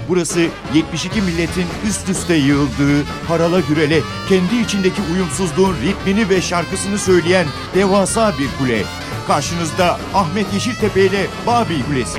Burası 72 milletin üst üste yığıldığı, harala gürele, kendi içindeki uyumsuzluğun ritmini ve şarkısını söyleyen devasa bir kule. Karşınızda Ahmet Yeşiltepe ile Babil Kulesi.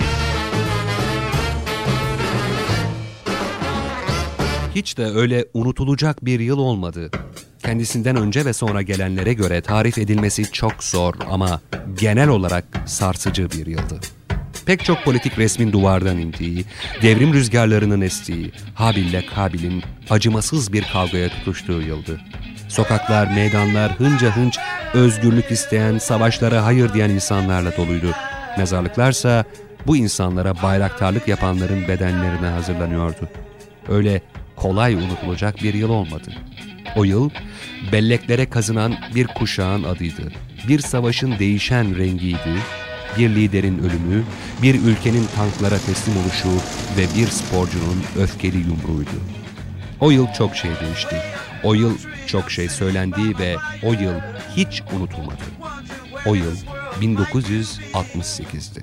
Hiç de öyle unutulacak bir yıl olmadı. Kendisinden önce ve sonra gelenlere göre tarif edilmesi çok zor ama genel olarak sarsıcı bir yıldı. Pek çok politik resmin duvardan indiği, devrim rüzgarlarının estiği, Habil'le Kabil'in acımasız bir kavgaya tutuştuğu yıldı. Sokaklar, meydanlar hınca hınç özgürlük isteyen, savaşlara hayır diyen insanlarla doluydu. Mezarlıklarsa bu insanlara bayraktarlık yapanların bedenlerine hazırlanıyordu. Öyle kolay unutulacak bir yıl olmadı. O yıl, belleklere kazınan bir kuşağın adıydı. Bir savaşın değişen rengiydi, bir liderin ölümü, bir ülkenin tanklara teslim oluşu ve bir sporcunun öfkeli yumruğuydu. O yıl çok şey değişti. O yıl çok şey söylendi ve o yıl hiç unutulmadı. O yıl 1968'di.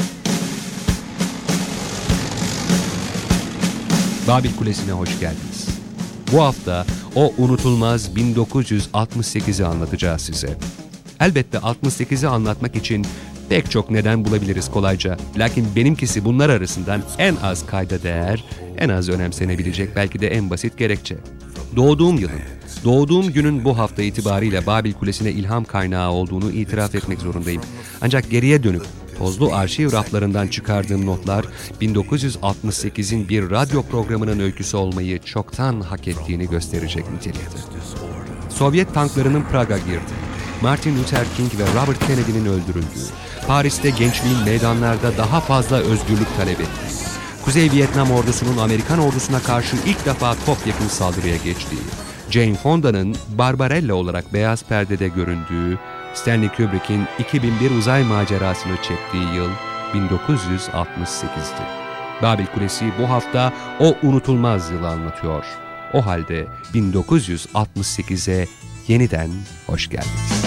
Babil Kulesi'ne hoş geldiniz. Bu hafta o unutulmaz 1968'i anlatacağız size. Elbette 68'i anlatmak için pek çok neden bulabiliriz kolayca. Lakin benimkisi bunlar arasından en az kayda değer, en az önemsenebilecek belki de en basit gerekçe. Doğduğum günün bu hafta itibariyle Babil Kulesi'ne ilham kaynağı olduğunu itiraf etmek zorundayım. Ancak geriye dönüp tozlu arşiv raflarından çıkardığım notlar 1968'in bir radyo programının öyküsü olmayı çoktan hak ettiğini gösterecek nitelikte. Sovyet tanklarının Prag'a girdi. Martin Luther King ve Robert Kennedy'nin öldürüldüğü, Paris'te gençliğin meydanlarda daha fazla özgürlük talep ettiği, Kuzey Vietnam ordusunun Amerikan ordusuna karşı ilk defa topyekun saldırıya geçtiği, Jane Fonda'nın Barbarella olarak beyaz perdede göründüğü, Stanley Kubrick'in 2001 uzay macerasını çektiği yıl 1968'di. Babil Kulesi bu hafta o unutulmaz yılı anlatıyor. O halde 1968'e yeniden hoş geldiniz.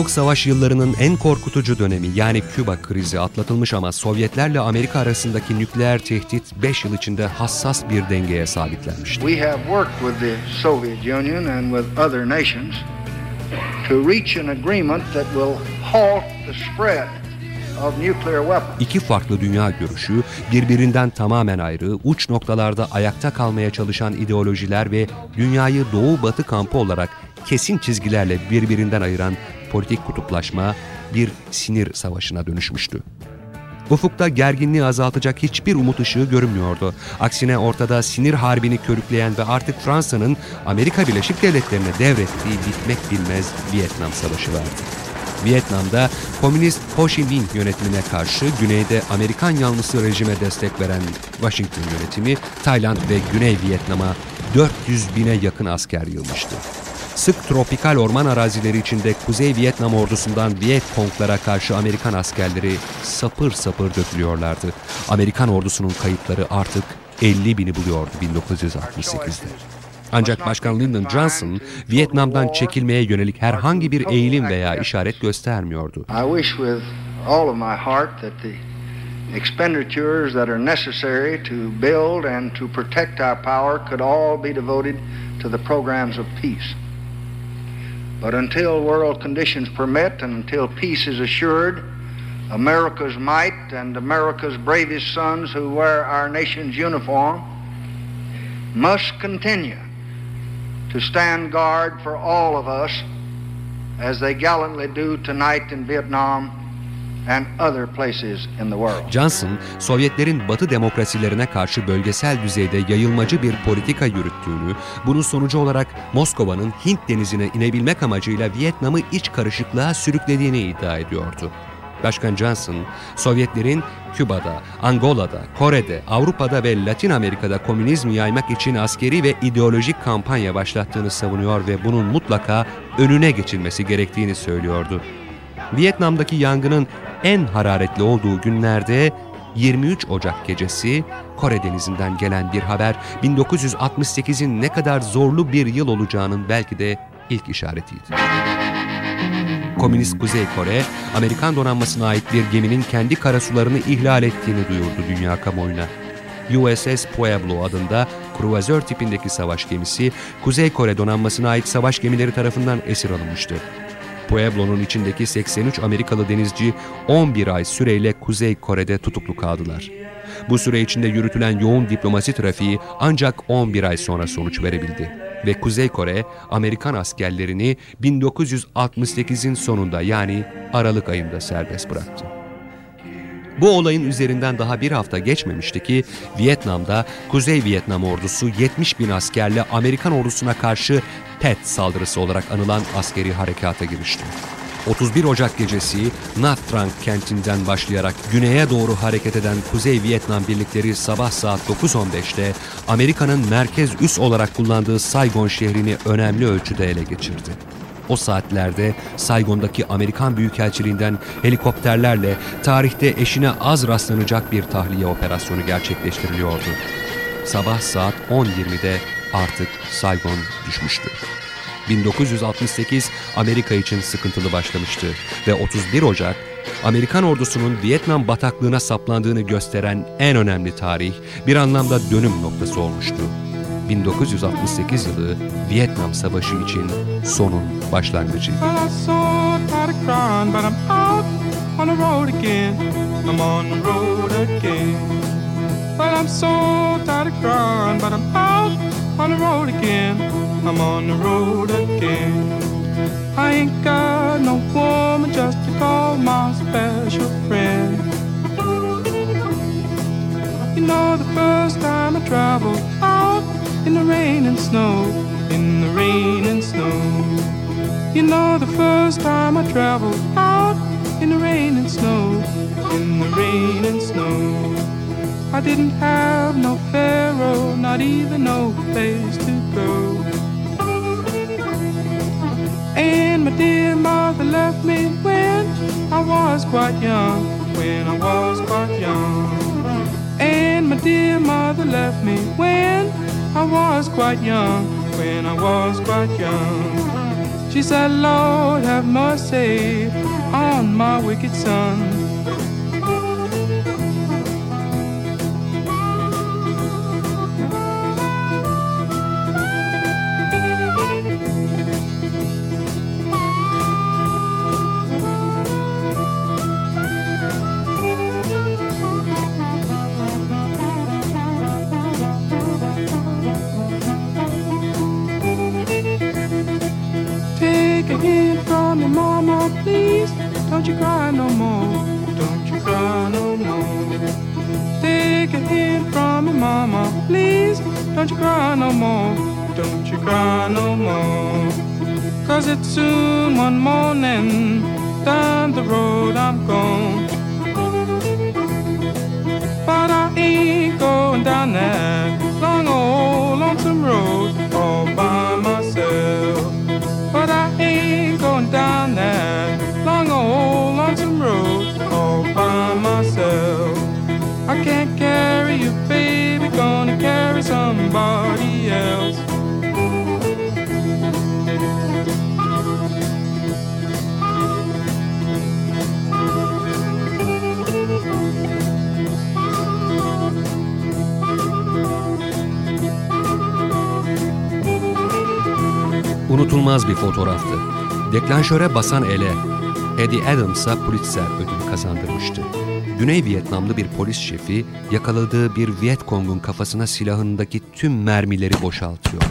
Soğuk Savaş yıllarının en korkutucu dönemi yani Küba krizi atlatılmış ama Sovyetlerle Amerika arasındaki nükleer tehdit 5 yıl içinde hassas bir dengeye sabitlenmişti. We have worked with the Soviet Union and with other nations to reach an agreement that will halt the spread of nuclear weapons. İki farklı dünya görüşü, birbirinden tamamen ayrı, uç noktalarda ayakta kalmaya çalışan ideolojiler ve dünyayı doğu-batı kampı olarak kesin çizgilerle birbirinden ayıran politik kutuplaşma bir sinir savaşına dönüşmüştü. Ufukta gerginliği azaltacak hiçbir umut ışığı görünmüyordu. Aksine ortada sinir harbini körükleyen ve artık Fransa'nın Amerika Birleşik Devletleri'ne devrettiği bitmek bilmez Vietnam Savaşı vardı. Vietnam'da komünist Ho Chi Minh yönetimine karşı güneyde Amerikan yanlısı rejime destek veren Washington yönetimi, Tayland ve Güney Vietnam'a 400 bine yakın asker yığmıştı. Sık tropikal orman arazileri içinde Kuzey Vietnam ordusundan Viet Cong'lara karşı Amerikan askerleri sapır sapır dökülüyorlardı. Amerikan ordusunun kayıpları artık 50 bini buluyordu 1968'de. Ancak Başkan Lyndon Johnson, Vietnam'dan çekilmeye yönelik herhangi bir eğilim veya işaret göstermiyordu. I wish with all of my heart that the expenditures that are necessary to build and to protect our power could all be devoted to the programs of peace. But until world conditions permit and until peace is assured, America's might and America's bravest sons who wear our nation's uniform must continue to stand guard for all of us as they gallantly do tonight in Vietnam and other places in the world. Johnson, Sovyetlerin Batı demokrasilerine karşı bölgesel düzeyde yayılmacı bir politika yürüttüğünü, bunun sonucu olarak Moskova'nın Hint denizine inebilmek amacıyla Vietnam'ı iç karışıklığa sürüklediğini iddia ediyordu. Başkan Johnson, Sovyetlerin Küba'da, Angola'da, Kore'de, Avrupa'da ve Latin Amerika'da komünizmi yaymak için askeri ve ideolojik kampanya başlattığını savunuyor ve bunun mutlaka önüne geçilmesi gerektiğini söylüyordu. Vietnam'daki yangının en hararetli olduğu günlerde 23 Ocak gecesi Kore Denizi'nden gelen bir haber 1968'in ne kadar zorlu bir yıl olacağının belki de ilk işaretiydi. Komünist Kuzey Kore, Amerikan donanmasına ait bir geminin kendi karasularını ihlal ettiğini duyurdu dünya kamuoyuna. USS Pueblo adında kruvazör tipindeki savaş gemisi, Kuzey Kore donanmasına ait savaş gemileri tarafından esir alınmıştı. Pueblo'nun içindeki 83 Amerikalı denizci 11 ay süreyle Kuzey Kore'de tutuklu kaldılar. Bu süre içinde yürütülen yoğun diplomasi trafiği ancak 11 ay sonra sonuç verebildi. Ve Kuzey Kore, Amerikan askerlerini 1968'in sonunda yani Aralık ayında serbest bıraktı. Bu olayın üzerinden daha bir hafta geçmemişti ki Vietnam'da Kuzey Vietnam ordusu 70 bin askerle Amerikan ordusuna karşı Tet saldırısı olarak anılan askeri harekata girişti. 31 Ocak gecesi Nha Trang kentinden başlayarak güneye doğru hareket eden Kuzey Vietnam birlikleri sabah saat 9:15'te Amerika'nın merkez üs olarak kullandığı Saigon şehrini önemli ölçüde ele geçirdi. O saatlerde Saigon'daki Amerikan Büyükelçiliğinden helikopterlerle tarihte eşine az rastlanacak bir tahliye operasyonu gerçekleştiriliyordu. Sabah saat 10:20'de artık Saigon düşmüştü. 1968 Amerika için sıkıntılı başlamıştı ve 31 Ocak Amerikan ordusunun Vietnam bataklığına saplandığını gösteren en önemli tarih bir anlamda dönüm noktası olmuştu. 1968 yılı Vietnam Savaşı için sonun başlangıcıydı. I'm on the road again. I ain't got no woman just to call my special friend. You know the first time I traveled out in the rain and snow, in the rain and snow. You know the first time I traveled out in the rain and snow, in the rain and snow. I didn't have no pharaoh, not even no place to go. And my dear mother left me when I was quite young, when I was quite young. And my dear mother left me when I was quite young, when I was quite young. She said, Lord, have mercy on my wicked son. Take a hint from your mama, please. Don't you cry no more. Don't you cry no more. Take a hint from your mama, please. Don't you cry no more. Don't you cry no more. 'Cause it's soon one morning. Down the road I'm gone. But I ain't going down that long old lonesome road all by myself. But I ain't going down that long old lonesome road all by myself. I can't carry you, baby, gonna carry somebody else. Unutulmaz bir fotoğraftı. Deklanşöre basan ele, Eddie Adams'a Pulitzer ödülü kazandırmıştı. Güney Vietnamlı bir polis şefi yakaladığı bir Vietkong'un kafasına silahındaki tüm mermileri boşaltıyordu.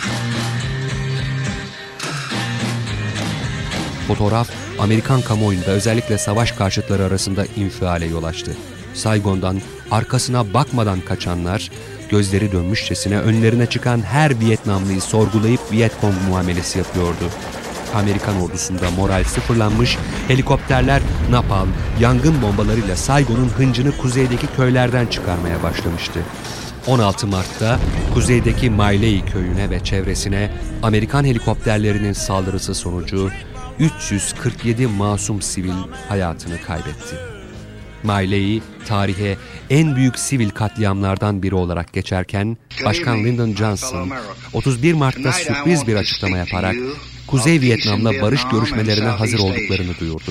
Fotoğraf, Amerikan kamuoyunda özellikle savaş karşıtları arasında infiale yol açtı. Saigon'dan arkasına bakmadan kaçanlar, gözleri dönmüşçesine önlerine çıkan her Vietnamlıyı sorgulayıp Vietkong muamelesi yapıyordu. Amerikan ordusunda moral sıfırlanmış, helikopterler napalm, yangın bombalarıyla Saigon'un hıncını kuzeydeki köylerden çıkarmaya başlamıştı. 16 Mart'ta kuzeydeki My Lai köyüne ve çevresine Amerikan helikopterlerinin saldırısı sonucu 347 masum sivil hayatını kaybetti. My Lai, tarihe en büyük sivil katliamlardan biri olarak geçerken, Başkan Lyndon Johnson 31 Mart'ta sürpriz bir açıklama yaparak Kuzey Vietnam'la barış görüşmelerine hazır olduklarını duyurdu.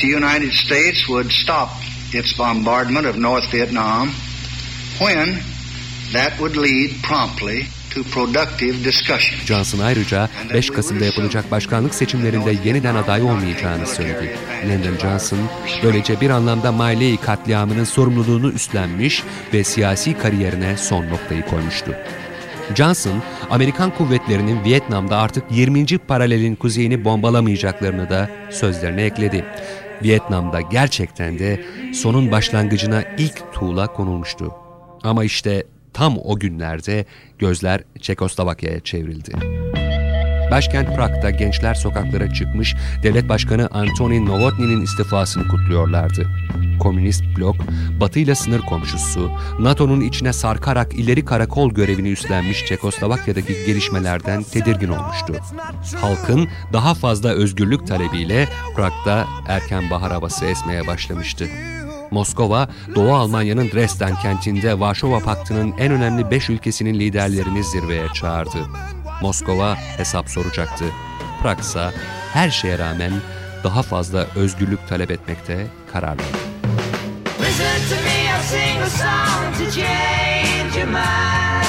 Johnson ayrıca 5 Kasım'da yapılacak başkanlık seçimlerinde yeniden aday olmayacağını söyledi. Lyndon Johnson böylece bir anlamda My Lai katliamının sorumluluğunu üstlenmiş ve siyasi kariyerine son noktayı koymuştu. Johnson, Amerikan kuvvetlerinin Vietnam'da artık 20. paralelin kuzeyini bombalamayacaklarını da sözlerine ekledi. Vietnam'da gerçekten de sonun başlangıcına ilk tuğla konulmuştu. Ama işte tam o günlerde gözler Çekoslovakya'ya çevrildi. Başkent Prag'da gençler sokaklara çıkmış, devlet başkanı Antoni Novotny'nin istifasını kutluyorlardı. Komünist blok, Batı ile sınır komşusu, NATO'nun içine sarkarak ileri karakol görevini üstlenmiş Çekoslovakya'daki gelişmelerden tedirgin olmuştu. Halkın daha fazla özgürlük talebiyle Prag'da erken bahar havası esmeye başlamıştı. Moskova, Doğu Almanya'nın Dresden kentinde Varşova Paktı'nın en önemli 5 ülkesinin liderlerini zirveye çağırdı. Moskova hesap soracaktı. Prag ise her şeye rağmen daha fazla özgürlük talep etmekte kararlıydı. Listen to me, I'll sing a song to change your mind.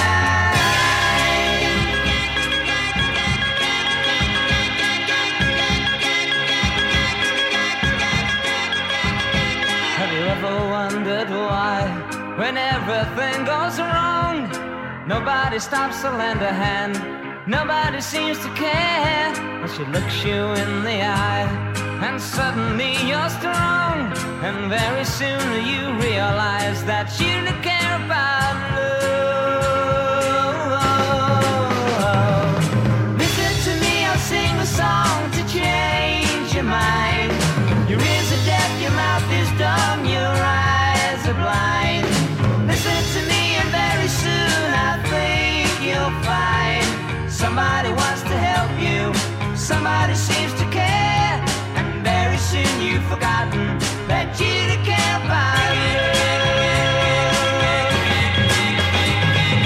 Have you ever wondered why, when everything goes wrong, nobody stops to lend a hand, nobody seems to care, but she looks you in the eye, and suddenly you're strong, and very soon you realize that you don't care about love. Listen to me, I'll sing a song to change your mind. Your ears are deaf, your mouth is dumb, your eyes are blind. Listen to me, and very soon I think you'll find somebody wants to help you, somebody seems to care, and very soon you've forgotten that you don't care about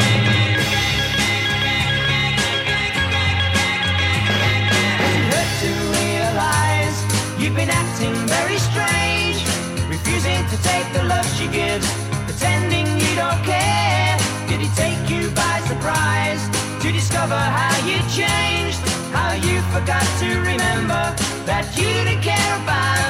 love. It hurt to forgot to remember that you didn't care about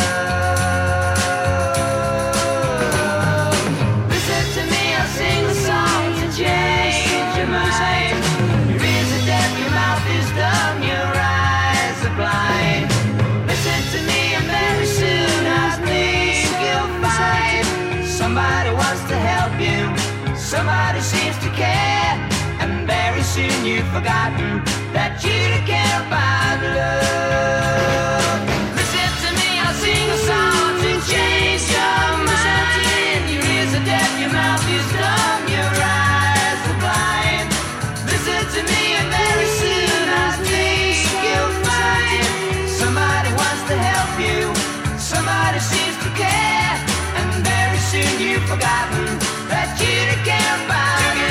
love. Listen to me, I'll sing a song to change your mind. Your ears are deaf, your mouth is dumb, your eyes are blind. Listen to me, and very soon I think you'll find somebody wants to help you, somebody seems to care, and very soon you've forgotten that you didn't care about love. Listen to me, I'll sing a song to change your mind. Your ears are deaf, your mouth is dumb, your eyes are blind. Listen to me, and very soon I think you'll find somebody wants to help you, somebody seems to care, and very soon you've forgotten that you didn't care about love.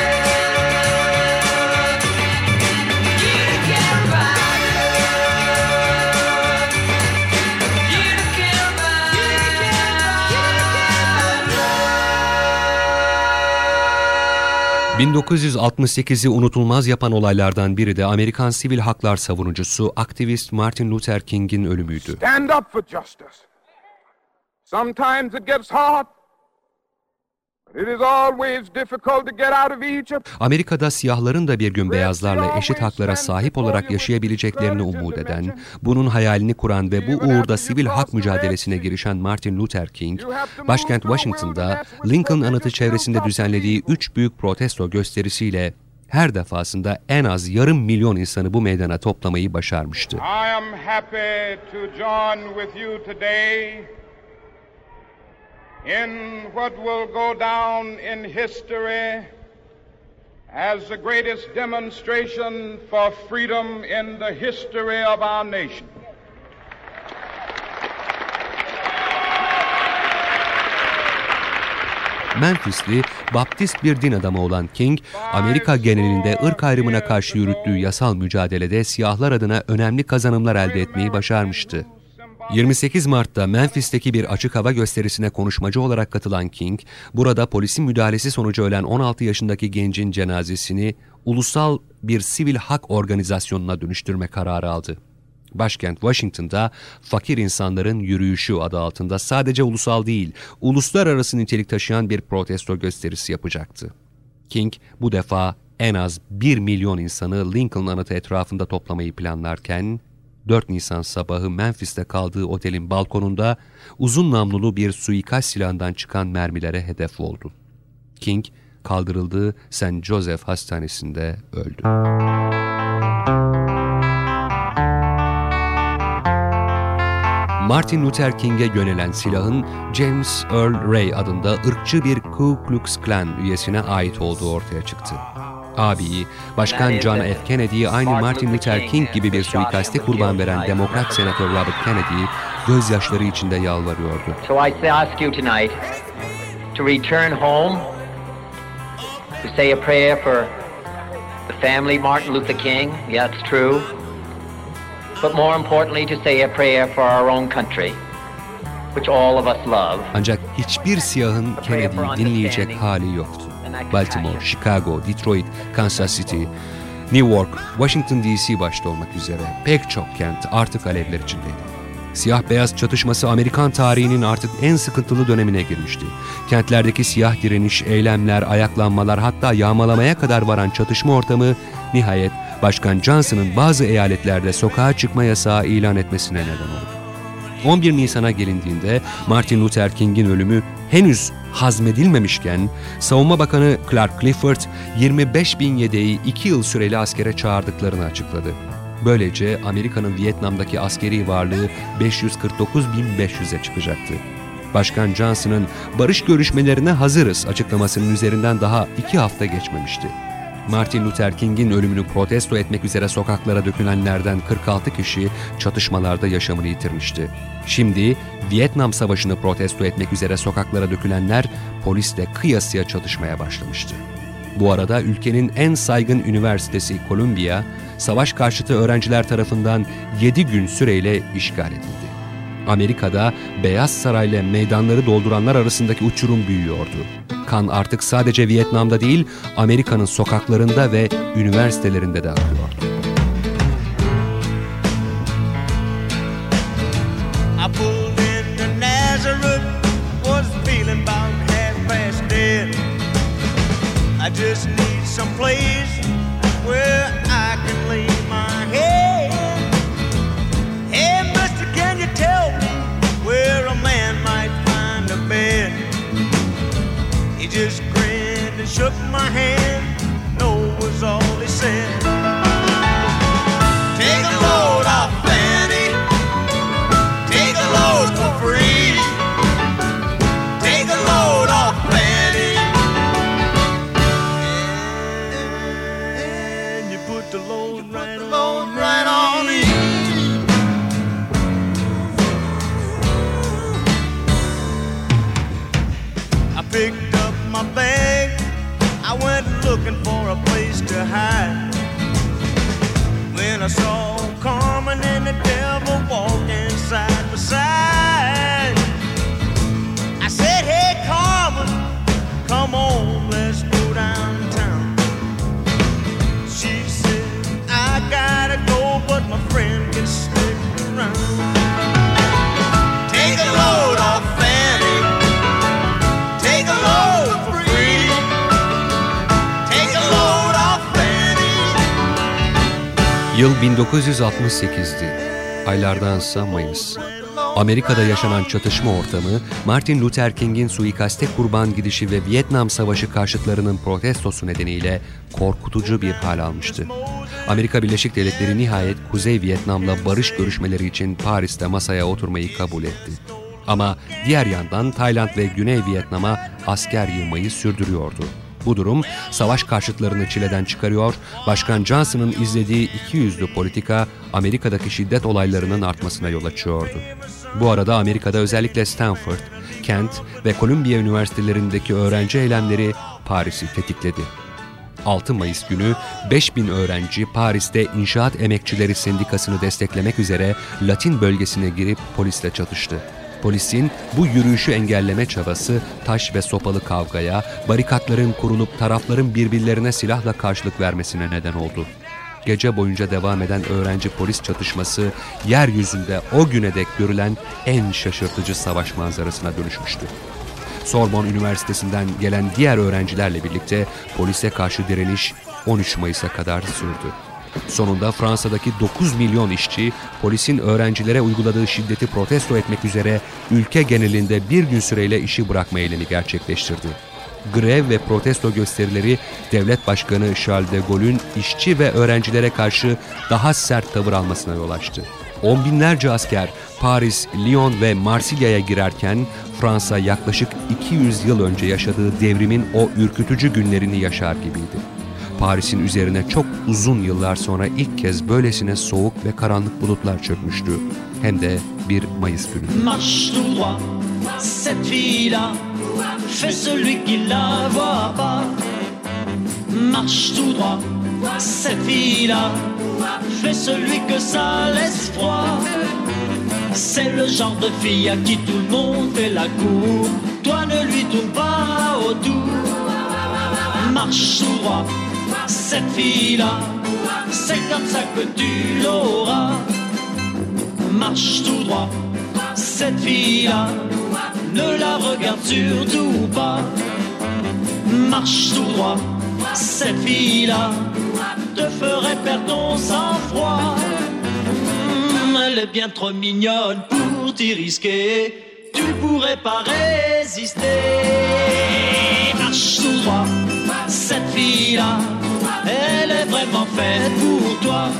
You didn't care about love. You didn't care about love. 1968'i unutulmaz yapan olaylardan biri de Amerikan sivil haklar savunucusu, aktivist Martin Luther King'in ölümüydü. Stand up for justice. Sometimes it gets hard. It is always difficult to get out of Egypt. Amerika'da siyahların da bir gün beyazlarla eşit haklara sahip olarak yaşayabileceklerini umut eden, bunun hayalini kuran ve bu uğurda sivil hak mücadelesine girişen Martin Luther King, başkent Washington'da Lincoln Anıtı çevresinde düzenlediği 3 büyük protesto gösterisiyle her defasında en az 500.000 insanı bu meydana toplamayı başarmıştı. I am happy to join with you today in what will go down in history as the greatest demonstration for freedom in the history of our nation. Memphisli, Baptist bir din adamı olan King, Amerika genelinde ırk ayrımına karşı yürüttüğü yasal mücadelede siyahlar adına önemli kazanımlar elde etmeyi başarmıştı. 28 Mart'ta Memphis'teki bir açık hava gösterisine konuşmacı olarak katılan King, burada polisin müdahalesi sonucu ölen 16 yaşındaki gencin cenazesini ulusal bir sivil hak organizasyonuna dönüştürme kararı aldı. Başkent Washington'da Fakir İnsanların Yürüyüşü adı altında sadece ulusal değil, uluslararası nitelik taşıyan bir protesto gösterisi yapacaktı. King bu defa en az 1 milyon insanı Lincoln Anıtı etrafında toplamayı planlarken, 4 Nisan sabahı Memphis'te kaldığı otelin balkonunda uzun namlulu bir suikast silahından çıkan mermilere hedef oldu. King kaldırıldığı St. Joseph Hastanesi'nde öldü. Martin Luther King'e yönelen silahın James Earl Ray adında ırkçı bir Ku Klux Klan üyesine ait olduğu ortaya çıktı. Abiyi, Başkan John F. Kennedy'yi aynı Martin Luther King gibi bir suikaste kurban veren Demokrat Senatör Robert Kennedy gözyaşları içinde yalvarıyordu. So I ask you tonight to return home, to say a prayer for the family of Martin Luther King. Yeah, it's true. But more importantly, to say a prayer for our own country, which all of us love. Ancak hiçbir siyahın Kennedy'yi dinleyecek hali yoktu. Baltimore, Chicago, Detroit, Kansas City, New York, Washington D.C. başta olmak üzere pek çok kent artık alevler içindeydi. Siyah-beyaz çatışması Amerikan tarihinin artık en sıkıntılı dönemine girmişti. Kentlerdeki siyah direniş, eylemler, ayaklanmalar hatta yağmalamaya kadar varan çatışma ortamı nihayet Başkan Johnson'ın bazı eyaletlerde sokağa çıkma yasağı ilan etmesine neden oldu. 11 Nisan'a gelindiğinde Martin Luther King'in ölümü henüz hazmedilmemişken Savunma Bakanı Clark Clifford 25.000 yedeği 2 yıl süreli askere çağırdıklarını açıkladı. Böylece Amerika'nın Vietnam'daki askeri varlığı 549.500'e çıkacaktı. Başkan Johnson'ın barış görüşmelerine hazırız açıklamasının üzerinden daha 2 hafta geçmemişti. Martin Luther King'in ölümünü protesto etmek üzere sokaklara dökülenlerden 46 kişi çatışmalarda yaşamını yitirmişti. Şimdi Vietnam Savaşı'nı protesto etmek üzere sokaklara dökülenler polisle kıyasıya çatışmaya başlamıştı. Bu arada ülkenin en saygın üniversitesi Columbia, savaş karşıtı öğrenciler tarafından 7 gün süreyle işgal edildi. Amerika'da Beyaz Saray ile meydanları dolduranlar arasındaki uçurum büyüyordu. Kan artık sadece Vietnam'da değil, Amerika'nın sokaklarında ve üniversitelerinde de akıyordu. I just need some place where I can lay my head. Hey, mister, can you tell me where a man might find a bed? He just grinned and shook my hand. No was all he said. Take a load off Fanny. Take a load for free. Take a load off Fanny. And you put the load right on me. I picked up my bag. I went looking for a place to hide. When I saw Carmen and the devil walking side by side, I said, hey Carmen, come on, let's go downtown. She said, I gotta go, but my friend can stick around. Take a load off Fanny. Take a load for free. Take a load off Fanny. Yıl 1968'di. Aylardansa Mayıs. Amerika'da yaşanan çatışma ortamı, Martin Luther King'in suikaste kurban gidişi ve Vietnam Savaşı karşıtlarının protestosu nedeniyle korkutucu bir hal almıştı. Amerika Birleşik Devletleri nihayet Kuzey Vietnam'la barış görüşmeleri için Paris'te masaya oturmayı kabul etti. Ama diğer yandan Tayland ve Güney Vietnam'a asker yığmayı sürdürüyordu. Bu durum savaş karşıtlarını çileden çıkarıyor, Başkan Johnson'ın izlediği ikiyüzlü politika Amerika'daki şiddet olaylarının artmasına yol açıyordu. Bu arada Amerika'da özellikle Stanford, Kent ve Columbia üniversitelerindeki öğrenci eylemleri Paris'i tetikledi. 6 Mayıs günü 5000 öğrenci Paris'te İnşaat Emekçileri Sendikası'nı desteklemek üzere Latin bölgesine girip polisle çatıştı. Polisin bu yürüyüşü engelleme çabası taş ve sopalı kavgaya, barikatların kurulup tarafların birbirlerine silahla karşılık vermesine neden oldu. Gece boyunca devam eden öğrenci-polis çatışması, yeryüzünde o güne dek görülen en şaşırtıcı savaş manzarasına dönüşmüştü. Sorbonne Üniversitesi'nden gelen diğer öğrencilerle birlikte polise karşı direniş 13 Mayıs'a kadar sürdü. Sonunda Fransa'daki 9 milyon işçi polisin öğrencilere uyguladığı şiddeti protesto etmek üzere ülke genelinde bir gün süreyle işi bırakma eylemi gerçekleştirdi. Grev ve protesto gösterileri Devlet Başkanı Charles de Gaulle'ün işçi ve öğrencilere karşı daha sert tavır almasına yol açtı. On binlerce asker Paris, Lyon ve Marsilya'ya girerken Fransa yaklaşık 200 yıl önce yaşadığı devrimin o ürkütücü günlerini yaşar gibiydi. Paris'in üzerine çok uzun yıllar sonra ilk kez böylesine soğuk ve karanlık bulutlar çökmüştü. Hem de bir Mayıs günü. Marche tout droit, cette fille-là, fait celui qui la voit pas. Marche tout droit, cette fille-là, fait celui que ça laisse froid. C'est le genre de fille à qui tout le monde fait la cour. Toi ne lui tourne pas autour. Marche tout droit, cette fille-là, c'est comme ça que tu l'auras. Marche tout droit, cette fille-là, ne la regarde surtout pas. Marche tout droit, cette fille-là, te ferait perdre ton sang-froid. Elle est bien trop mignonne pour t'y risquer, tu pourrais pas résister. Marche tout droit, cette fille-là, elle est vraiment faite pour toi.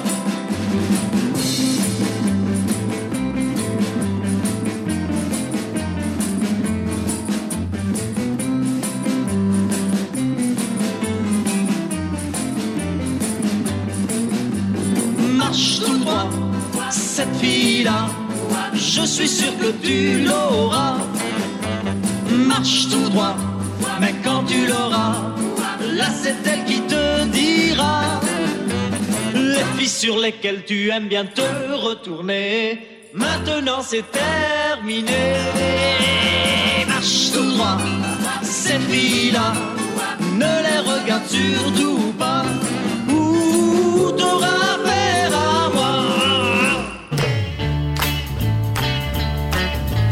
Marche tout droit, cette fille-là, je suis sûr que tu l'auras. Marche tout droit, mais quand tu l'auras, là c'est elle qui te dira les filles sur lesquelles tu aimes bien te retourner. Maintenant c'est terminé. Marche tout droit, ces filles-là, ne les regarde surtout pas. Ou t'auras affaire à moi.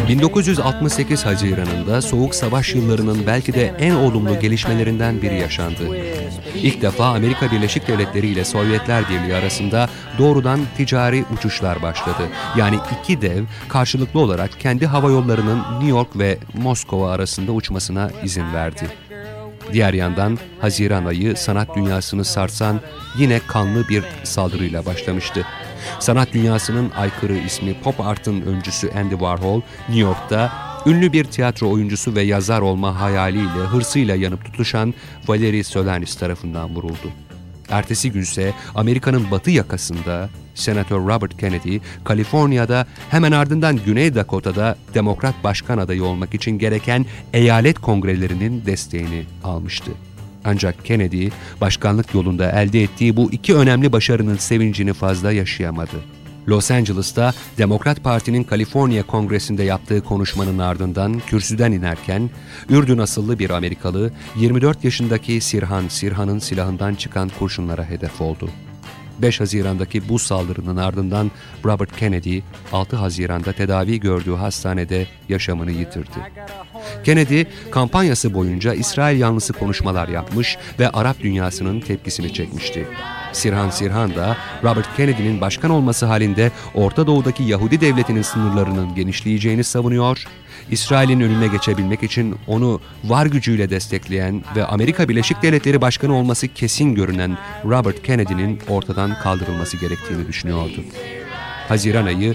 1968 Haziran'ında Soğuk Savaş yıllarının belki de en olumlu gelişmelerinden biri yaşandı. İlk defa Amerika Birleşik Devletleri ile Sovyetler Birliği arasında doğrudan ticari uçuşlar başladı. Yani iki dev karşılıklı olarak kendi hava yollarının New York ve Moskova arasında uçmasına izin verdi. Diğer yandan Haziran ayı sanat dünyasını sarsan yine kanlı bir saldırıyla başlamıştı. Sanat dünyasının aykırı ismi pop art'ın öncüsü Andy Warhol, New York'ta ünlü bir tiyatro oyuncusu ve yazar olma hayaliyle, hırsıyla yanıp tutuşan Valery Solanis tarafından vuruldu. Ertesi günse Amerika'nın batı yakasında Senatör Robert Kennedy, Kaliforniya'da hemen ardından Güney Dakota'da Demokrat başkan adayı olmak için gereken eyalet kongrelerinin desteğini almıştı. Ancak Kennedy, başkanlık yolunda elde ettiği bu iki önemli başarının sevincini fazla yaşayamadı. Los Angeles'ta Demokrat Parti'nin Kaliforniya Kongresi'nde yaptığı konuşmanın ardından kürsüden inerken, Ürdün asıllı bir Amerikalı, 24 yaşındaki Sirhan'ın silahından çıkan kurşunlara hedef oldu. 5 Haziran'daki bu saldırının ardından Robert Kennedy, 6 Haziran'da tedavi gördüğü hastanede yaşamını yitirdi. Kennedy, kampanyası boyunca İsrail yanlısı konuşmalar yapmış ve Arap dünyasının tepkisini çekmişti. Sirhan da Robert Kennedy'nin başkan olması halinde Orta Doğu'daki Yahudi devletinin sınırlarının genişleyeceğini savunuyor, İsrail'in önüne geçebilmek için onu var gücüyle destekleyen ve Amerika Birleşik Devletleri Başkanı olması kesin görünen Robert Kennedy'nin ortadan kaldırılması gerektiğini düşünüyordu. Haziran ayı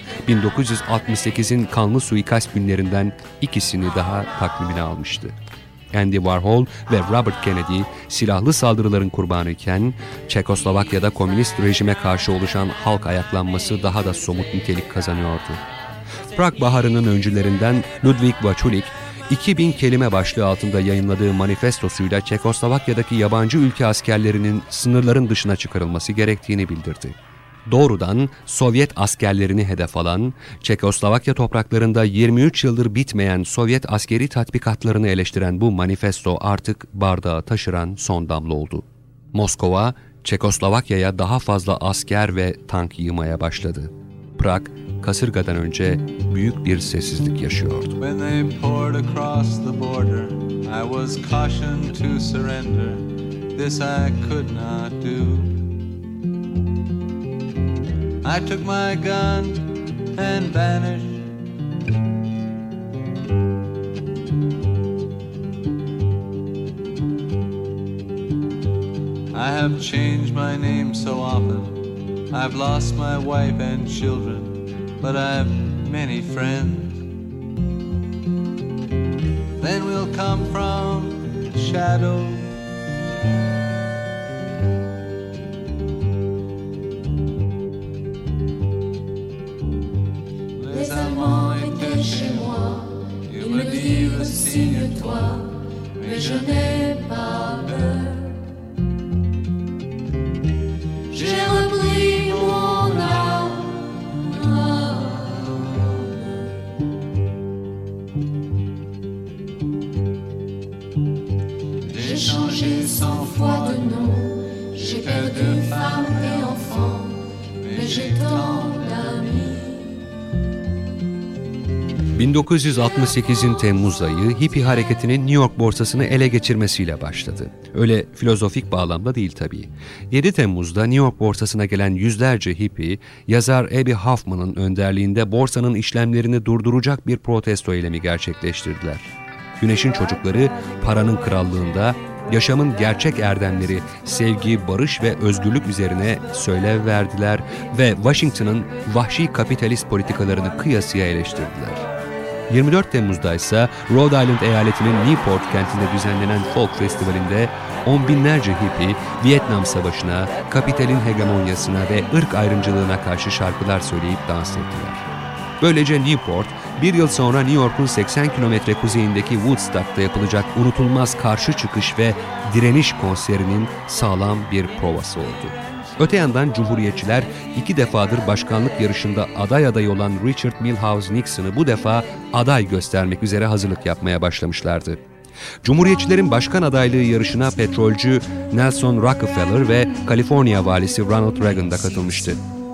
1968'in kanlı suikast günlerinden ikisini daha takvimine almıştı. Andy Warhol ve Robert Kennedy silahlı saldırıların kurbanıyken Çekoslovakya'da komünist rejime karşı oluşan halk ayaklanması daha da somut nitelik kazanıyordu. Prag Baharı'nın öncülerinden Ludwig Vaculik, 2000 kelime başlığı altında yayınladığı manifestosuyla Çekoslovakya'daki yabancı ülke askerlerinin sınırların dışına çıkarılması gerektiğini bildirdi. Doğrudan Sovyet askerlerini hedef alan, Çekoslovakya topraklarında 23 yıldır bitmeyen Sovyet askeri tatbikatlarını eleştiren bu manifesto artık bardağı taşıran son damla oldu. Moskova, Çekoslovakya'ya daha fazla asker ve tank yığmaya başladı. Prag, kasırgadan önce büyük bir sessizlik yaşıyordu. When they poured across the border, I was cautioned to surrender. This I could not do. I took my gun and vanished. I have changed my name so often. I've lost my wife and children, but I've many friends. Then we'll come from the shadows. Les Allemands étaient chez moi, ils me dirent signe-toi, mais je n'ai pas peur. J'ai repris mon âme. J'ai changé 100 fois de nom, j'ai perdu femme et enfant, mais j'ai tant d'amis. 1968'in Temmuz ayı hippie hareketinin New York borsasını ele geçirmesiyle başladı. Öyle filozofik bağlamda değil tabii. 7 Temmuz'da New York borsasına gelen yüzlerce hippie, yazar Abbie Hoffman'ın önderliğinde borsanın işlemlerini durduracak bir protesto eylemi gerçekleştirdiler. Güneşin çocukları paranın krallığında, yaşamın gerçek erdemleri, sevgi, barış ve özgürlük üzerine söylev verdiler ve Washington'ın vahşi kapitalist politikalarını kıyasıya eleştirdiler. 24 Temmuz'da ise Rhode Island eyaletinin Newport kentinde düzenlenen folk festivalinde on binlerce hippie Vietnam Savaşı'na, kapitalin hegemonyasına ve ırk ayrımcılığına karşı şarkılar söyleyip dans ettiler. Böylece Newport, bir yıl sonra New York'un 80 kilometre kuzeyindeki Woodstock'ta yapılacak unutulmaz karşı çıkış ve direniş konserinin sağlam bir provası oldu. Öte yandan Cumhuriyetçiler 2 defadır başkanlık yarışında aday olan Richard Milhouse Nixon'ı bu defa aday göstermek üzere hazırlık yapmaya başlamışlardı. Cumhuriyetçilerin başkan adaylığı yarışına petrolcü Nelson Rockefeller ve Kaliforniya valisi Ronald Reagan da katılmıştı.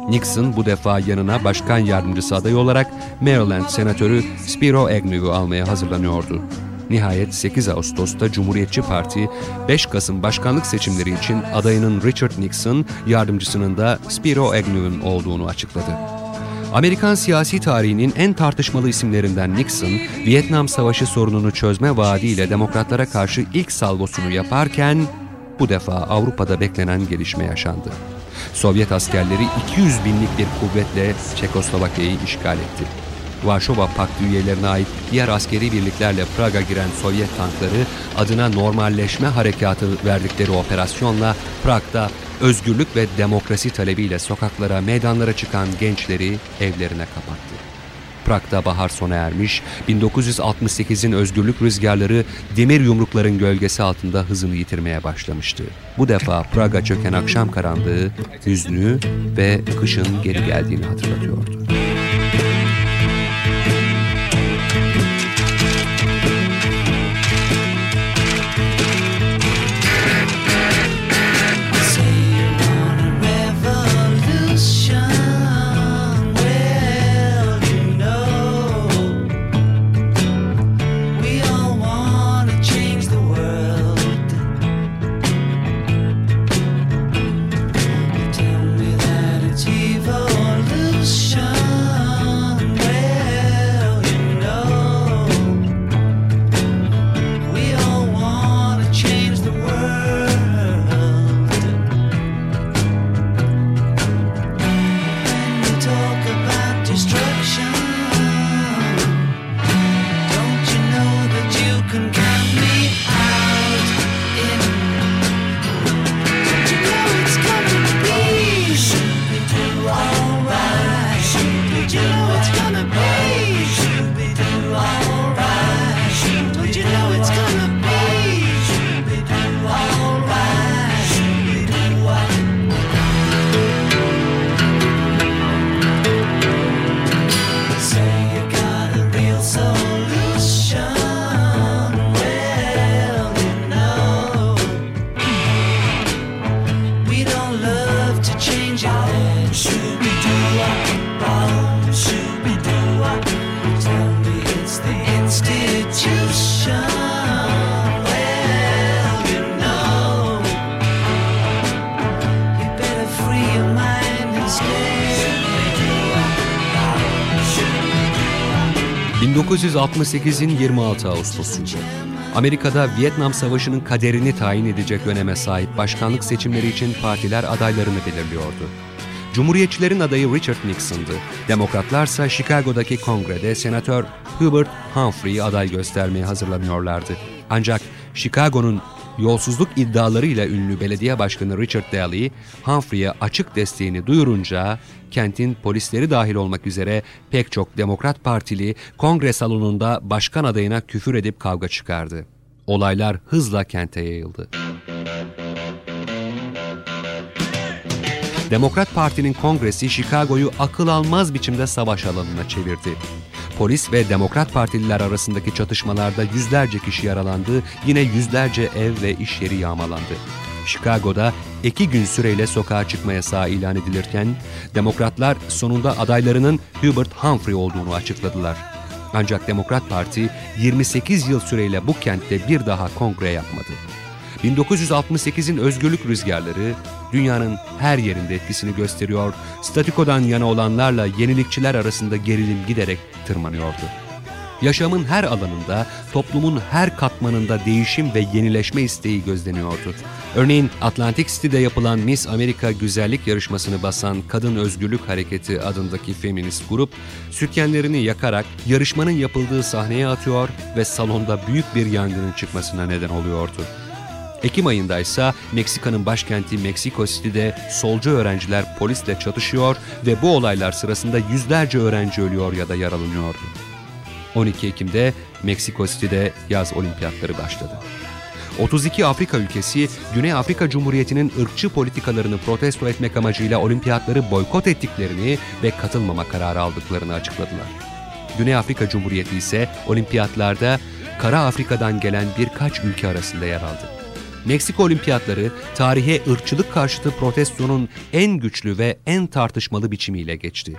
Nixon bu defa yanına başkan yardımcısı adayı olarak Maryland senatörü Spiro Agnew'u almaya hazırlanıyordu. Nihayet 8 Ağustos'ta Cumhuriyetçi Parti 5 Kasım başkanlık seçimleri için adayının Richard Nixon, yardımcısının da Spiro Agnew'un olduğunu açıkladı. Amerikan siyasi tarihinin en tartışmalı isimlerinden Nixon, Vietnam Savaşı sorununu çözme vaadiyle demokratlara karşı ilk salvosunu yaparken bu defa Avrupa'da beklenen gelişme yaşandı. Sovyet askerleri 200 binlik bir kuvvetle Çekoslovakya'yı işgal etti. Varşova Paktı üyelerine ait diğer askeri birliklerle Prag'a giren Sovyet tankları adına normalleşme harekatı verdikleri operasyonla Prag'da özgürlük ve demokrasi talebiyle sokaklara, meydanlara çıkan gençleri evlerine kapattı. Prag'da bahar sona ermiş, 1968'in özgürlük rüzgarları demir yumrukların gölgesi altında hızını yitirmeye başlamıştı. Bu defa Prag'a çöken akşam karanlığı, hüznü ve kışın geri geldiğini hatırlatıyordu. ...1968'in 26 Ağustos'uydu. Amerika'da Vietnam Savaşı'nın kaderini tayin edecek öneme sahip başkanlık seçimleri için partiler adaylarını belirliyordu. Cumhuriyetçilerin adayı Richard Nixon'dı. Demokratlarsa Chicago'daki kongrede Senatör Hubert Humphrey'i aday göstermeye hazırlanıyorlardı. Ancak Chicago'nun yolsuzluk iddialarıyla ünlü belediye başkanı Richard Daley, Humphrey'e açık desteğini duyurunca kentin polisleri dahil olmak üzere pek çok Demokrat Partili kongre salonunda başkan adayına küfür edip kavga çıkardı. Olaylar hızla kente yayıldı. Demokrat Parti'nin kongresi Chicago'yu akıl almaz biçimde savaş alanına çevirdi. Polis ve Demokrat Partililer arasındaki çatışmalarda yüzlerce kişi yaralandı, yine yüzlerce ev ve iş yeri yağmalandı. Chicago'da 2 gün süreyle sokağa çıkma yasağı ilan edilirken, Demokratlar sonunda adaylarının Hubert Humphrey olduğunu açıkladılar. Ancak Demokrat Parti 28 yıl süreyle bu kentte bir daha kongre yapmadı. 1968'in özgürlük rüzgarları dünyanın her yerinde etkisini gösteriyor, statükodan yana olanlarla yenilikçiler arasında gerilim giderek tırmanıyordu. Yaşamın her alanında, toplumun her katmanında değişim ve yenileşme isteği gözleniyordu. Örneğin Atlantic City'de yapılan Miss Amerika güzellik yarışmasını basan Kadın Özgürlük Hareketi adındaki feminist grup, sütyenlerini yakarak yarışmanın yapıldığı sahneye atıyor ve salonda büyük bir yangının çıkmasına neden oluyordu. Ekim ayında ise Meksika'nın başkenti Meksiko City'de solcu öğrenciler polisle çatışıyor ve bu olaylar sırasında yüzlerce öğrenci ölüyor ya da yaralanıyordu. 12 Ekim'de Meksiko City'de yaz olimpiyatları başladı. 32 Afrika ülkesi Güney Afrika Cumhuriyeti'nin ırkçı politikalarını protesto etmek amacıyla olimpiyatları boykot ettiklerini ve katılmama kararı aldıklarını açıkladılar. Güney Afrika Cumhuriyeti ise olimpiyatlarda Kara Afrika'dan gelen birkaç ülke arasında yer aldı. Meksika Olimpiyatları tarihe ırkçılık karşıtı protestonun en güçlü ve en tartışmalı biçimiyle geçti.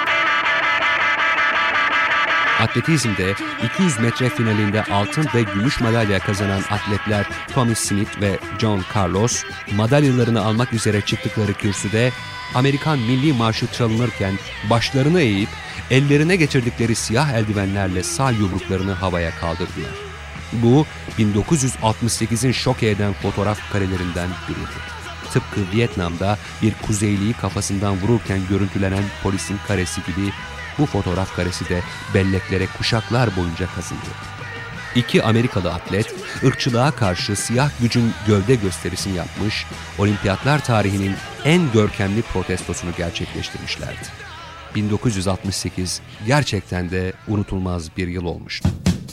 Atletizmde 200 metre finalinde altın ve gümüş madalya kazanan atletler Tommy Smith ve John Carlos, madalyalarını almak üzere çıktıkları kürsüde Amerikan Milli Marşı çalınırken başlarını eğip ellerine geçirdikleri siyah eldivenlerle sağ yumruklarını havaya kaldırdılar. Bu 1968'in şok eden fotoğraf karelerinden biriydi. Tıpkı Vietnam'da bir Kuzeyliyi kafasından vururken görüntülenen polisin karesi gibi bu fotoğraf karesi de belleklere kuşaklar boyunca kazındı. İki Amerikalı atlet, ırkçılığa karşı siyah gücün gövde gösterisini yapmış, olimpiyatlar tarihinin en görkemli protestosunu gerçekleştirmişlerdi. 1968 gerçekten de unutulmaz bir yıl olmuştu.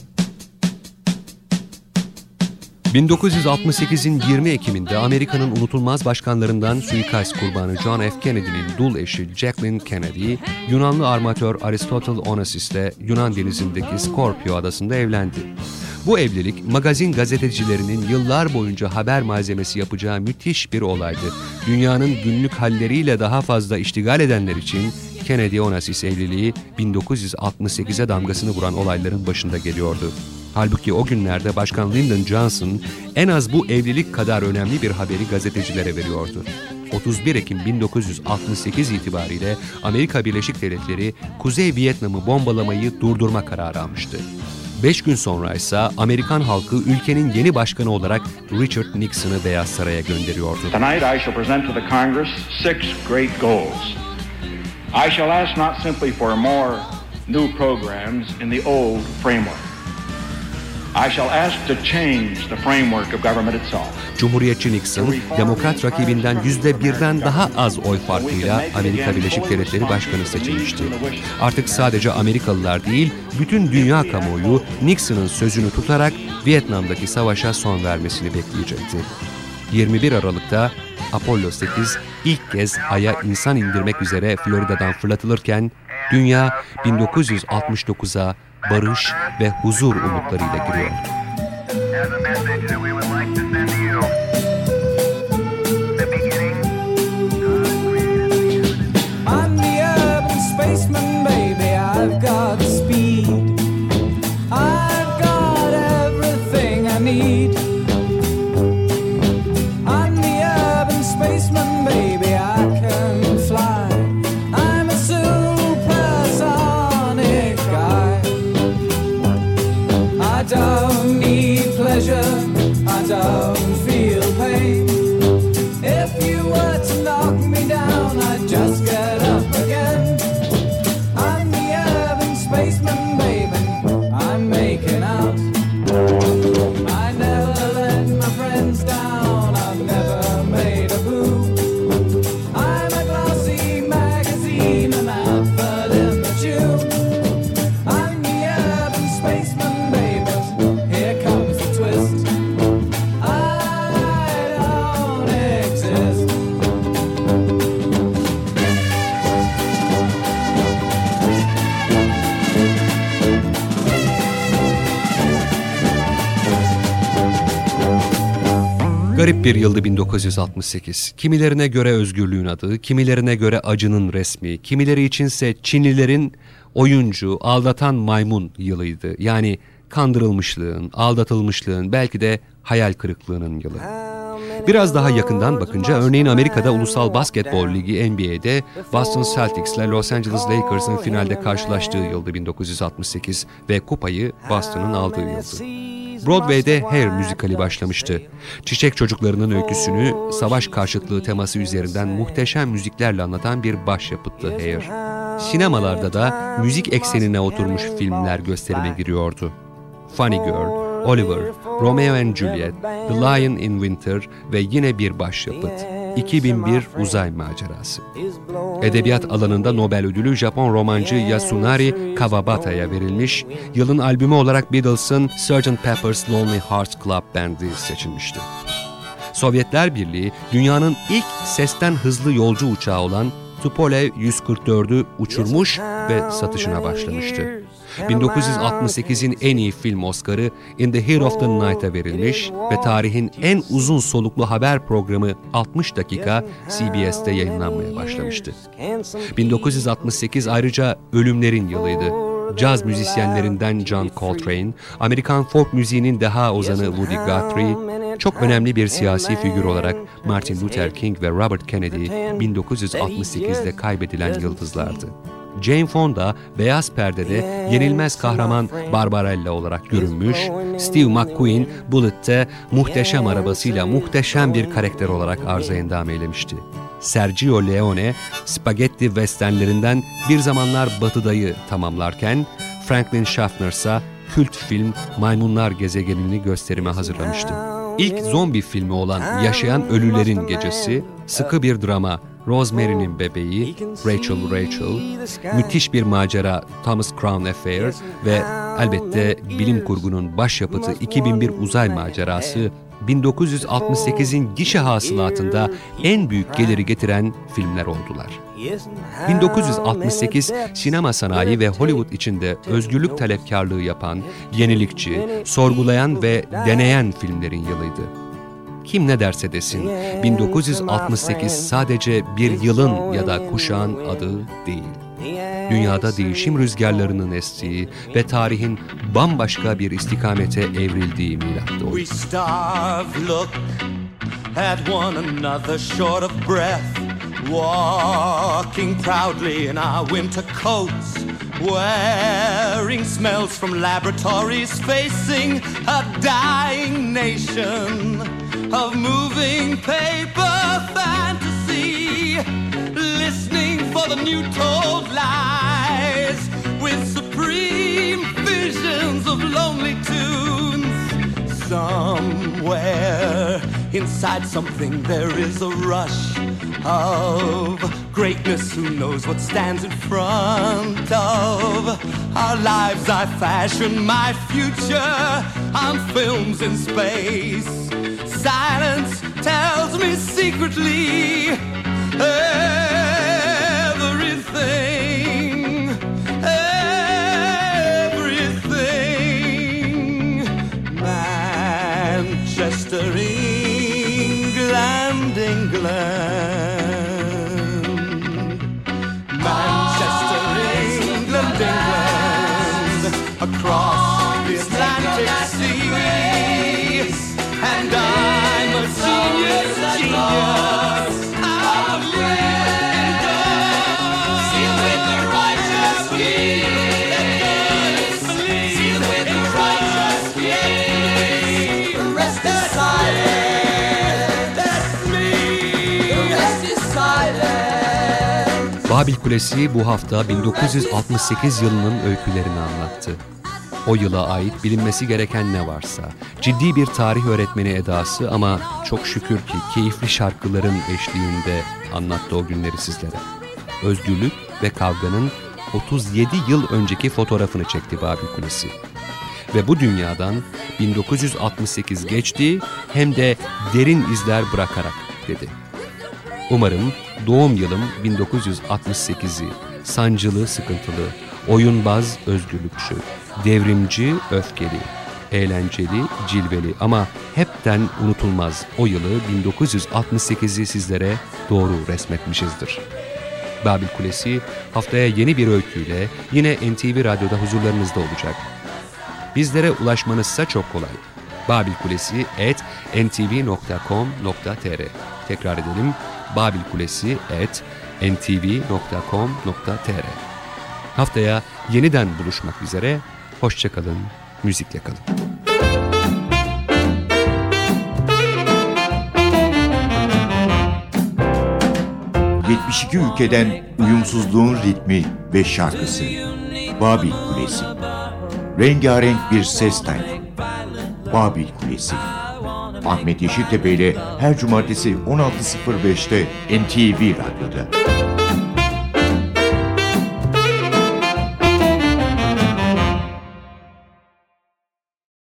1968'in 20 Ekim'inde Amerika'nın unutulmaz başkanlarından suikast kurbanı John F. Kennedy'nin dul eşi Jacqueline Kennedy, Yunanlı armatör Aristotle Onassis'le Yunan denizindeki Skorpio adasında evlendi. Bu evlilik magazin gazetecilerinin yıllar boyunca haber malzemesi yapacağı müthiş bir olaydı. Dünyanın günlük halleriyle daha fazla iştigal edenler için Kennedy-Onassis evliliği 1968'e damgasını vuran olayların başında geliyordu. Halbuki o günlerde Başkan Lyndon Johnson en az bu evlilik kadar önemli bir haberi gazetecilere veriyordu. 31 Ekim 1968 itibariyle Amerika Birleşik Devletleri Kuzey Vietnam'ı bombalamayı durdurma kararı almıştı. 5 gün sonra ise Amerikan halkı ülkenin yeni başkanı olarak Richard Nixon'ı Beyaz Saray'a gönderiyordu. Tonight I shall present to the Congress 6 great goals. I shall ask not simply for more new programs in the old framework. I shall ask to change the framework of government itself. Cumhuriyetçi Nixon, demokrat rakibinden %1'den daha az oy farkıyla Amerika Birleşik Devletleri Başkanı seçilmişti. Artık sadece Amerikalılar değil, bütün dünya kamuoyu Nixon'ın sözünü tutarak Vietnam'daki savaşa son vermesini bekleyecekti. 21 Aralık'ta Apollo 8 ilk kez Ay'a insan indirmek üzere Florida'dan fırlatılırken, dünya 1969'a barış ve huzur umutlarıyla giriyor. I'm the urban spaceman, baby. I've got speed. I've got everything I need. I'm the urban spaceman, baby. I can fly. I'm a supersonic guy. I don't need pleasure. I don't feel pain. If you were to knock me down, I'd just get up again. I'm the urban spaceman, baby. I'm making out. I never let my friends down. I've never made a boo. I'm a glossy magazine, an outfit in the tube. I'm the urban spaceman, baby. Here comes the twist. I don't exist. Garip bir yıldı 1968. Kimilerine göre özgürlüğün adı, kimilerine göre acının resmi, kimileri içinse Çinlilerin oyuncu, aldatan maymun yılıydı. Yani kandırılmışlığın, aldatılmışlığın, belki de hayal kırıklığının yılı. Biraz daha yakından bakınca örneğin Amerika'da Ulusal Basketbol Ligi NBA'de Boston Celtics ile Los Angeles Lakers'ın finalde karşılaştığı yıldı 1968 ve kupayı Boston'ın aldığı yıldı. Broadway'de Hair müzikali başlamıştı. Çiçek çocuklarının öyküsünü savaş karşıtlığı teması üzerinden muhteşem müziklerle anlatan bir başyapıttı Hair. Sinemalarda da müzik eksenine oturmuş filmler gösterime giriyordu. Funny Girl, Oliver, Romeo and Juliet, The Lion in Winter ve yine bir başyapıt, 2001 Uzay Macerası. Edebiyat alanında Nobel ödülü Japon romancı Yasunari Kawabata'ya verilmiş, yılın albümü olarak Beatles'ın Sgt. Pepper's Lonely Hearts Club Band'i seçilmişti. Sovyetler Birliği, dünyanın ilk sesten hızlı yolcu uçağı olan Tupolev 144'ü uçurmuş ve satışına başlamıştı. 1968'in en iyi film Oscar'ı In the Heat of the Night'a verilmiş ve tarihin en uzun soluklu haber programı 60 dakika CBS'te yayınlanmaya başlamıştı. 1968 ayrıca ölümlerin yılıydı. Caz müzisyenlerinden John Coltrane, Amerikan folk müziğinin deha ozanı Woody Guthrie, çok önemli bir siyasi figür olarak Martin Luther King ve Robert Kennedy 1968'de kaybedilen yıldızlardı. Jane Fonda beyaz perdede yenilmez kahraman Barbarella olarak görünmüş, Steve McQueen Bullitt'te muhteşem arabasıyla muhteşem bir karakter olarak arıza endam eylemişti. Sergio Leone, spagetti westernlerinden Bir Zamanlar Batı'dayı tamamlarken, Franklin Schaffner ise kült film Maymunlar Gezegeni'ni gösterime hazırlamıştı. İlk zombi filmi olan Yaşayan Ölülerin Gecesi, sıkı bir drama Rosemary'nin Bebeği, Rachel, müthiş bir macera Thomas Crown Affair ve elbette bilim kurgunun başyapıtı 2001 Uzay Macerası, 1968'in gişe hasılatında en büyük geliri getiren filmler oldular. 1968 sinema sanayi ve Hollywood içinde özgürlük talepkarlığı yapan, yenilikçi, sorgulayan ve deneyen filmlerin yılıydı. Kim ne derse desin, 1968 sadece bir yılın ya da kuşağın adı değil. Dünyada değişim rüzgarlarının estiği ve tarihin bambaşka bir istikamete evrildiği milatta oldu. We starve, look at one another short of breath, walking proudly in our winter coats, wearing smells from laboratories, facing a dying nation of moving paper fantasy, listening for the new told lies with supreme visions of lonely tunes. Somewhere inside something there is a rush of greatness. Who knows what stands in front of our lives? I fashion my future on films in space. Silence tells me secretly everything, everything. Manchester, England, Manchester, England, across the Atlantic Sea. And I'm a genius, genius. I'll live and die. Seal with the righteous deed. Seal with the righteous deed. The rest is silent. That's me. The rest is silent. Babil Kulesi bu hafta 1968 yılının öykülerini anlattı. O yıla ait bilinmesi gereken ne varsa, ciddi bir tarih öğretmeni edası ama çok şükür ki keyifli şarkıların eşliğinde anlattı o günleri sizlere. Özgürlük ve kavganın 37 yıl önceki fotoğrafını çekti Babil Kulesi. Ve bu dünyadan 1968 geçti hem de derin izler bırakarak dedi. Umarım doğum yılım 1968'i sancılı, sıkıntılı, oyunbaz, özgürlükçü, devrimci, öfkeli, eğlenceli, cilveli ama hepten unutulmaz o yılı 1968'i sizlere doğru resmetmişizdir. Babil Kulesi haftaya yeni bir öyküyle yine NTV Radyo'da huzurlarınızda olacak. Bizlere ulaşmanızsa çok kolay. babilkulesi@ntv.com.tr. Tekrar edelim, babilkulesi@ntv.com.tr. Haftaya yeniden buluşmak üzere, hoşça kalın, müzikle kalın. ...72 ülkeden uyumsuzluğun ritmi ve şarkısı. Babil Kulesi. Rengarenk bir ses tayfı. Babil Kulesi. Ahmet Yeşiltepe ile her cumartesi 16.05'te NTV Radyo'da.